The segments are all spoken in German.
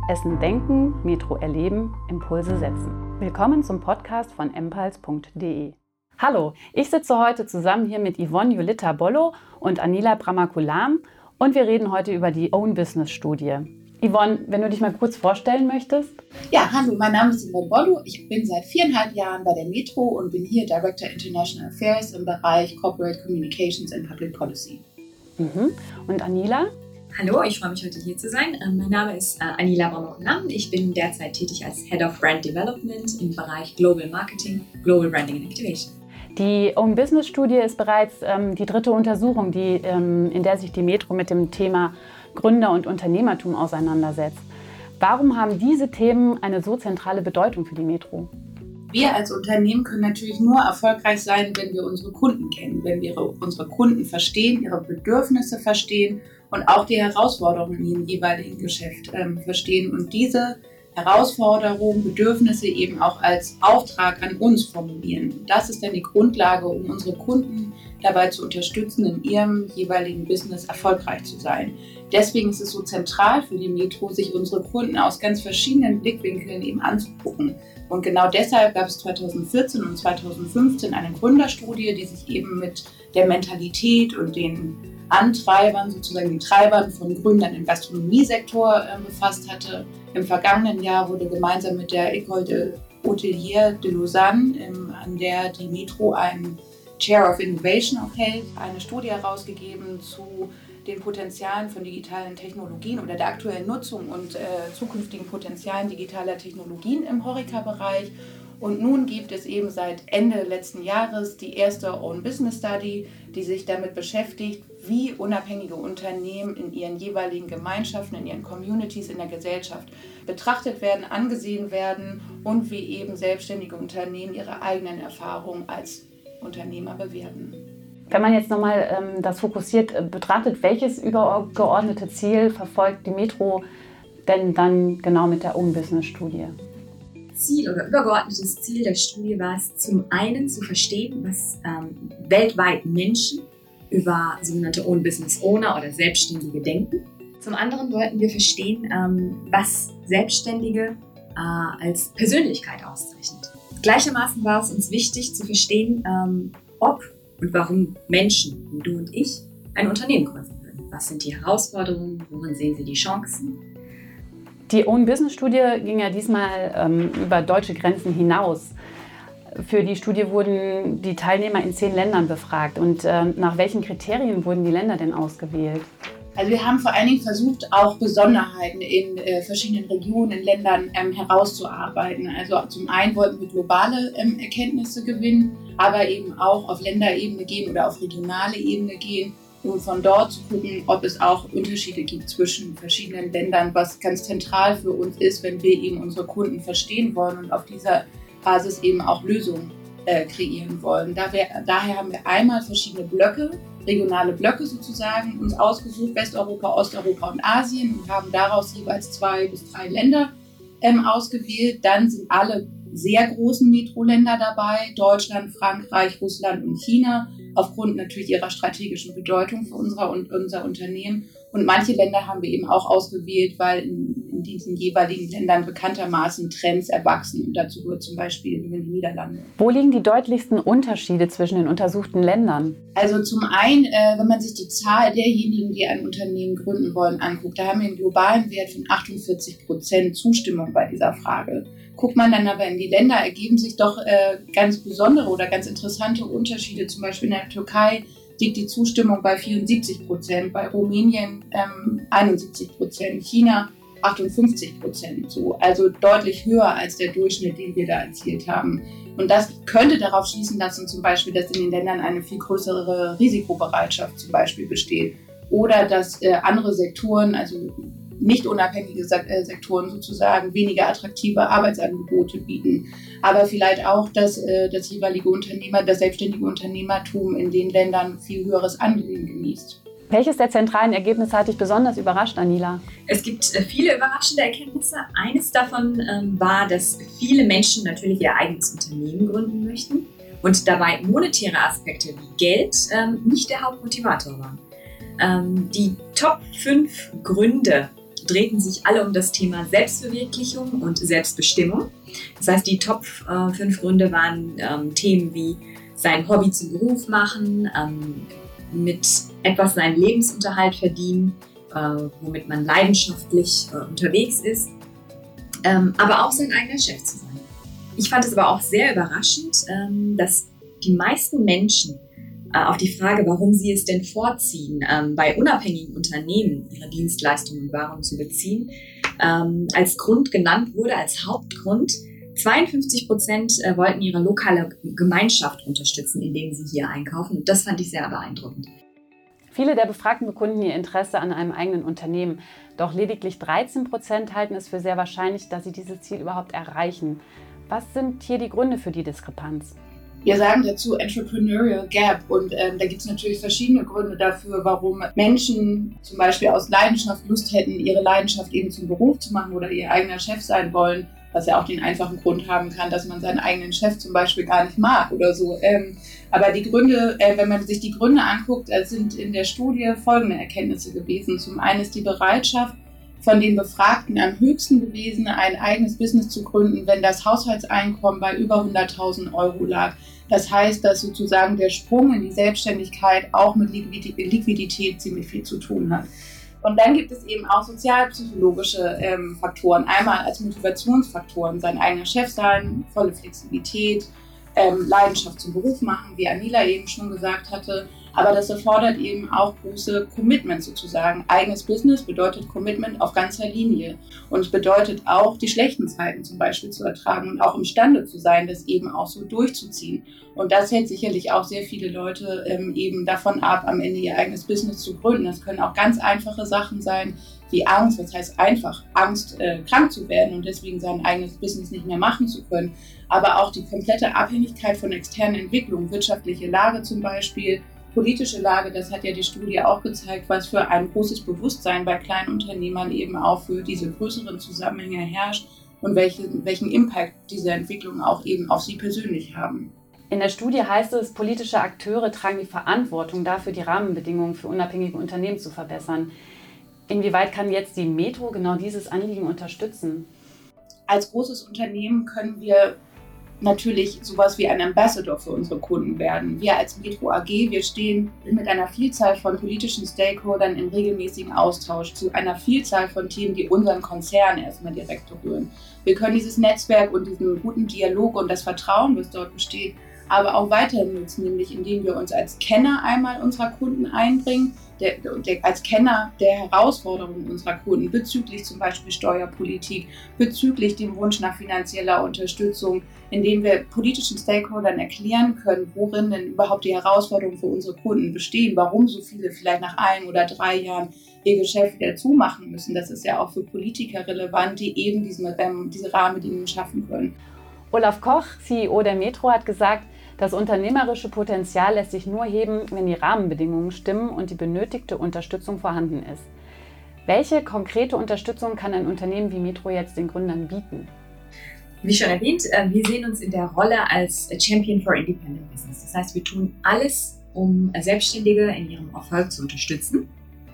Essen denken, Metro erleben, Impulse setzen. Willkommen zum Podcast von empals.de. Hallo, ich sitze heute zusammen hier mit Yvonne Julita Bollo und Anila Brahmakulam und wir reden heute über die Own Business Studie. Yvonne, wenn du dich mal kurz vorstellen möchtest. Ja, hallo, mein Name ist Yvonne Bollo. Ich bin seit 4,5 Jahren bei der Metro und bin hier Director International Affairs im Bereich Corporate Communications and Public Policy. Und Anila? Hallo, ich freue mich, heute hier zu sein. Mein Name ist Anila Brahmakulam. Ich bin derzeit tätig als Head of Brand Development im Bereich Global Marketing, Global Branding and Activation. Die Own Business Studie ist bereits die dritte Untersuchung, in der sich die Metro mit dem Thema Gründer- und Unternehmertum auseinandersetzt. Warum haben diese Themen eine so zentrale Bedeutung für die Metro? Wir als Unternehmen können natürlich nur erfolgreich sein, wenn wir unsere Kunden kennen, wenn wir unsere Kunden verstehen, ihre Bedürfnisse verstehen und auch die Herausforderungen in ihrem jeweiligen Geschäft verstehen und diese Herausforderungen, Bedürfnisse eben auch als Auftrag an uns formulieren. Das ist dann die Grundlage, um unsere Kunden dabei zu unterstützen, in ihrem jeweiligen Business erfolgreich zu sein. Deswegen ist es so zentral für die Metro, sich unsere Kunden aus ganz verschiedenen Blickwinkeln eben anzugucken. Und genau deshalb gab es 2014 und 2015 eine Gründerstudie, die sich eben mit der Mentalität und den Antreibern, sozusagen den Treibern von Gründern im Gastronomiesektor befasst hatte. Im vergangenen Jahr wurde gemeinsam mit der École de Hôteliers de Lausanne, an der die Metro einen Chair of Innovation auch hält, eine Studie herausgegeben zu den Potenzialen von digitalen Technologien oder der aktuellen Nutzung und zukünftigen Potenzialen digitaler Technologien im HoReCa-Bereich. Und nun gibt es eben seit Ende letzten Jahres die erste Own Business Study, die sich damit beschäftigt, wie unabhängige Unternehmen in ihren jeweiligen Gemeinschaften, in ihren Communities, in der Gesellschaft betrachtet werden, angesehen werden und wie eben selbstständige Unternehmen ihre eigenen Erfahrungen als Unternehmer bewerten. Wenn man jetzt nochmal das fokussiert betrachtet, welches übergeordnete Ziel verfolgt die Metro denn dann genau mit der Own Business Studie? Ziel oder übergeordnetes Ziel der Studie war es, zum einen zu verstehen, was weltweit Menschen über sogenannte Own Business Owner oder Selbstständige denken. Zum anderen wollten wir verstehen, was Selbstständige als Persönlichkeit auszeichnet. Gleichermaßen war es uns wichtig zu verstehen, ob und warum Menschen wie du und ich ein Unternehmen gründen würden. Was sind die Herausforderungen, worin sehen sie die Chancen? Die Own Business Studie ging ja diesmal über deutsche Grenzen hinaus. Für die Studie wurden die Teilnehmer in 10 Ländern befragt. Und nach welchen Kriterien wurden die Länder denn ausgewählt? Also wir haben vor allen Dingen versucht, auch Besonderheiten in verschiedenen Regionen, in Ländern herauszuarbeiten. Also zum einen wollten wir globale Erkenntnisse gewinnen, aber eben auch auf Länderebene gehen oder auf regionale Ebene gehen, um von dort zu gucken, ob es auch Unterschiede gibt zwischen verschiedenen Ländern, was ganz zentral für uns ist, wenn wir eben unsere Kunden verstehen wollen und auf dieser Basis eben auch Lösungen kreieren wollen. Daher haben wir einmal verschiedene Blöcke, regionale Blöcke sozusagen, uns ausgesucht, Westeuropa, Osteuropa und Asien, und haben daraus jeweils 2 bis 3 Länder ausgewählt. Dann sind alle sehr großen Metroländer dabei, Deutschland, Frankreich, Russland und China, aufgrund natürlich ihrer strategischen Bedeutung für unser Unternehmen. Und manche Länder haben wir eben auch ausgewählt, weil in diesen jeweiligen Ländern bekanntermaßen Trends erwachsen. Und dazu gehört zum Beispiel die Niederlande. Wo liegen die deutlichsten Unterschiede zwischen den untersuchten Ländern? Also zum einen, wenn man sich die Zahl derjenigen, die ein Unternehmen gründen wollen, anguckt, da haben wir einen globalen Wert von 48% Zustimmung bei dieser Frage. Guckt man dann aber in die Länder, ergeben sich doch ganz besondere oder ganz interessante Unterschiede. Zum Beispiel in der Türkei liegt die Zustimmung bei 74%, bei Rumänien 71%, China 58%. So, also deutlich höher als der Durchschnitt, den wir da erzielt haben. Und das könnte darauf schließen lassen, zum Beispiel, dass in den Ländern eine viel größere Risikobereitschaft zum Beispiel besteht. Oder dass andere Sektoren, also nicht unabhängige Sektoren sozusagen, weniger attraktive Arbeitsangebote bieten. Aber vielleicht auch, dass das jeweilige das selbstständige Unternehmertum in den Ländern viel höheres Ansehen genießt. Welches der zentralen Ergebnisse hat dich besonders überrascht, Anila? Es gibt viele überraschende Erkenntnisse. Eines davon war, dass viele Menschen natürlich ihr eigenes Unternehmen gründen möchten und dabei monetäre Aspekte wie Geld nicht der Hauptmotivator waren. Die Top 5 Gründe drehten sich alle um das Thema Selbstverwirklichung und Selbstbestimmung. Das heißt, die Top 5 Gründe waren Themen wie sein Hobby zum Beruf machen, mit etwas seinen Lebensunterhalt verdienen, womit man leidenschaftlich unterwegs ist, aber auch sein eigener Chef zu sein. Ich fand es aber auch sehr überraschend, dass die meisten Menschen auf die Frage, warum sie es denn vorziehen, bei unabhängigen Unternehmen ihre Dienstleistungen und Waren zu beziehen, als Grund genannt wurde, als Hauptgrund. 52% wollten ihre lokale Gemeinschaft unterstützen, indem sie hier einkaufen. Und das fand ich sehr beeindruckend. Viele der Befragten bekunden ihr Interesse an einem eigenen Unternehmen. Doch lediglich 13% halten es für sehr wahrscheinlich, dass sie dieses Ziel überhaupt erreichen. Was sind hier die Gründe für die Diskrepanz? Wir sagen dazu Entrepreneurial Gap und da gibt es natürlich verschiedene Gründe dafür, warum Menschen zum Beispiel aus Leidenschaft Lust hätten, ihre Leidenschaft eben zum Beruf zu machen oder ihr eigener Chef sein wollen, was ja auch den einfachen Grund haben kann, dass man seinen eigenen Chef zum Beispiel gar nicht mag oder so. Aber die Gründe, wenn man sich die Gründe anguckt, sind in der Studie folgende Erkenntnisse gewesen. Zum einen ist die Bereitschaft von den Befragten am höchsten gewesen, ein eigenes Business zu gründen, wenn das Haushaltseinkommen bei über 100.000 Euro lag. Das heißt, dass sozusagen der Sprung in die Selbstständigkeit auch mit Liquidität ziemlich viel zu tun hat. Und dann gibt es eben auch sozialpsychologische Faktoren. Einmal als Motivationsfaktoren, sein eigener Chef sein, volle Flexibilität, Leidenschaft zum Beruf machen, wie Anila eben schon gesagt hatte. Aber das erfordert eben auch große Commitment sozusagen. Eigenes Business bedeutet Commitment auf ganzer Linie. Und es bedeutet auch, die schlechten Zeiten zum Beispiel zu ertragen und auch imstande zu sein, das eben auch so durchzuziehen. Und das hält sicherlich auch sehr viele Leute eben davon ab, am Ende ihr eigenes Business zu gründen. Das können auch ganz einfache Sachen sein, wie Angst. Was heißt einfach? Angst, krank zu werden und deswegen sein eigenes Business nicht mehr machen zu können. Aber auch die komplette Abhängigkeit von externen Entwicklungen, wirtschaftliche Lage zum Beispiel, politische Lage, das hat ja die Studie auch gezeigt, was für ein großes Bewusstsein bei Kleinunternehmern eben auch für diese größeren Zusammenhänge herrscht und welchen Impact diese Entwicklungen auch eben auf sie persönlich haben. In der Studie heißt es, politische Akteure tragen die Verantwortung dafür, die Rahmenbedingungen für unabhängige Unternehmen zu verbessern. Inwieweit kann jetzt die Metro genau dieses Anliegen unterstützen? Als großes Unternehmen können wir natürlich sowas wie ein Ambassador für unsere Kunden werden. Wir als Metro AG, wir stehen mit einer Vielzahl von politischen Stakeholdern im regelmäßigen Austausch zu einer Vielzahl von Themen, die unseren Konzern erstmal direkt berühren. Wir können dieses Netzwerk und diesen guten Dialog und das Vertrauen, was dort besteht, aber auch weiterhin nutzen, nämlich indem wir uns als Kenner einmal unserer Kunden einbringen, als Kenner der Herausforderungen unserer Kunden bezüglich zum Beispiel Steuerpolitik, bezüglich dem Wunsch nach finanzieller Unterstützung, indem wir politischen Stakeholdern erklären können, worin denn überhaupt die Herausforderungen für unsere Kunden bestehen, warum so viele vielleicht nach 1 oder 3 Jahren ihr Geschäft wieder zumachen müssen. Das ist ja auch für Politiker relevant, die eben diese Rahmenbedingungen schaffen können. Olaf Koch, CEO der Metro, hat gesagt, das unternehmerische Potenzial lässt sich nur heben, wenn die Rahmenbedingungen stimmen und die benötigte Unterstützung vorhanden ist. Welche konkrete Unterstützung kann ein Unternehmen wie Metro jetzt den Gründern bieten? Wie schon erwähnt, wir sehen uns in der Rolle als Champion for Independent Business. Das heißt, wir tun alles, um Selbstständige in ihrem Erfolg zu unterstützen.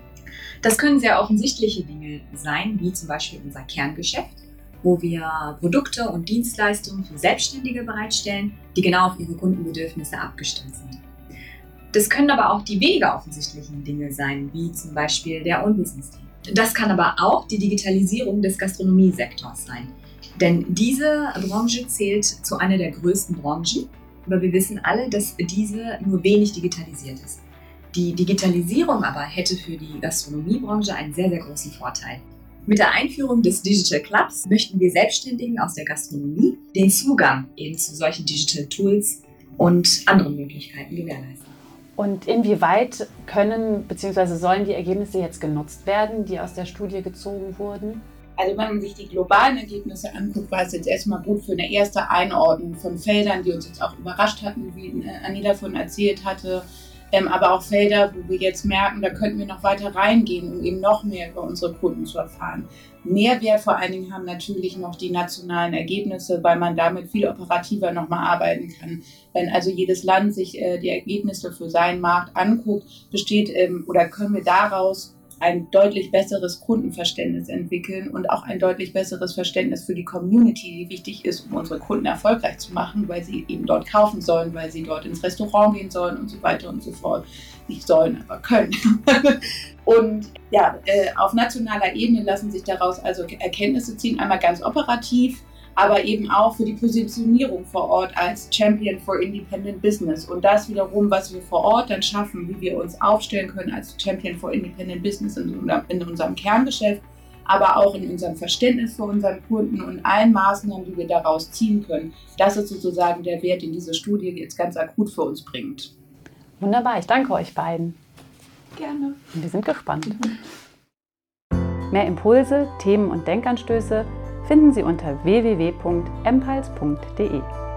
Das können sehr offensichtliche Dinge sein, wie zum Beispiel unser Kerngeschäft, wo wir Produkte und Dienstleistungen für Selbstständige bereitstellen, die genau auf ihre Kundenbedürfnisse abgestimmt sind. Das können aber auch die weniger offensichtlichen Dinge sein, wie zum Beispiel der Own Business Day. Das kann aber auch die Digitalisierung des Gastronomiesektors sein. Denn diese Branche zählt zu einer der größten Branchen, aber wir wissen alle, dass diese nur wenig digitalisiert ist. Die Digitalisierung aber hätte für die Gastronomiebranche einen sehr, sehr großen Vorteil. Mit der Einführung des Digital Clubs möchten wir Selbstständigen aus der Gastronomie den Zugang eben zu solchen Digital Tools und anderen Möglichkeiten gewährleisten. Und inwieweit können bzw. sollen die Ergebnisse jetzt genutzt werden, die aus der Studie gezogen wurden? Also wenn man sich die globalen Ergebnisse anguckt, war es jetzt erstmal gut für eine erste Einordnung von Feldern, die uns jetzt auch überrascht hatten, wie Anila davon erzählt hatte. Aber auch Felder, wo wir jetzt merken, da könnten wir noch weiter reingehen, um eben noch mehr über unsere Kunden zu erfahren. Mehrwert vor allen Dingen haben natürlich noch die nationalen Ergebnisse, weil man damit viel operativer nochmal arbeiten kann. Wenn also jedes Land sich die Ergebnisse für seinen Markt anguckt, können wir daraus ein deutlich besseres Kundenverständnis entwickeln und auch ein deutlich besseres Verständnis für die Community, die wichtig ist, um unsere Kunden erfolgreich zu machen, weil sie eben dort kaufen sollen, weil sie dort ins Restaurant gehen sollen und so weiter und so fort. Nicht sollen, aber können. Und ja, auf nationaler Ebene lassen sich daraus also Erkenntnisse ziehen, einmal ganz operativ, aber eben auch für die Positionierung vor Ort als Champion for Independent Business. Und das wiederum, was wir vor Ort dann schaffen, wie wir uns aufstellen können als Champion for Independent Business in unserem Kerngeschäft, aber auch in unserem Verständnis für unseren Kunden und allen Maßnahmen, die wir daraus ziehen können. Das ist sozusagen der Wert, den diese Studie jetzt ganz akut für uns bringt. Wunderbar, ich danke euch beiden. Gerne. Und wir sind gespannt. Mehr Impulse, Themen und Denkanstöße finden Sie unter www.empals.de.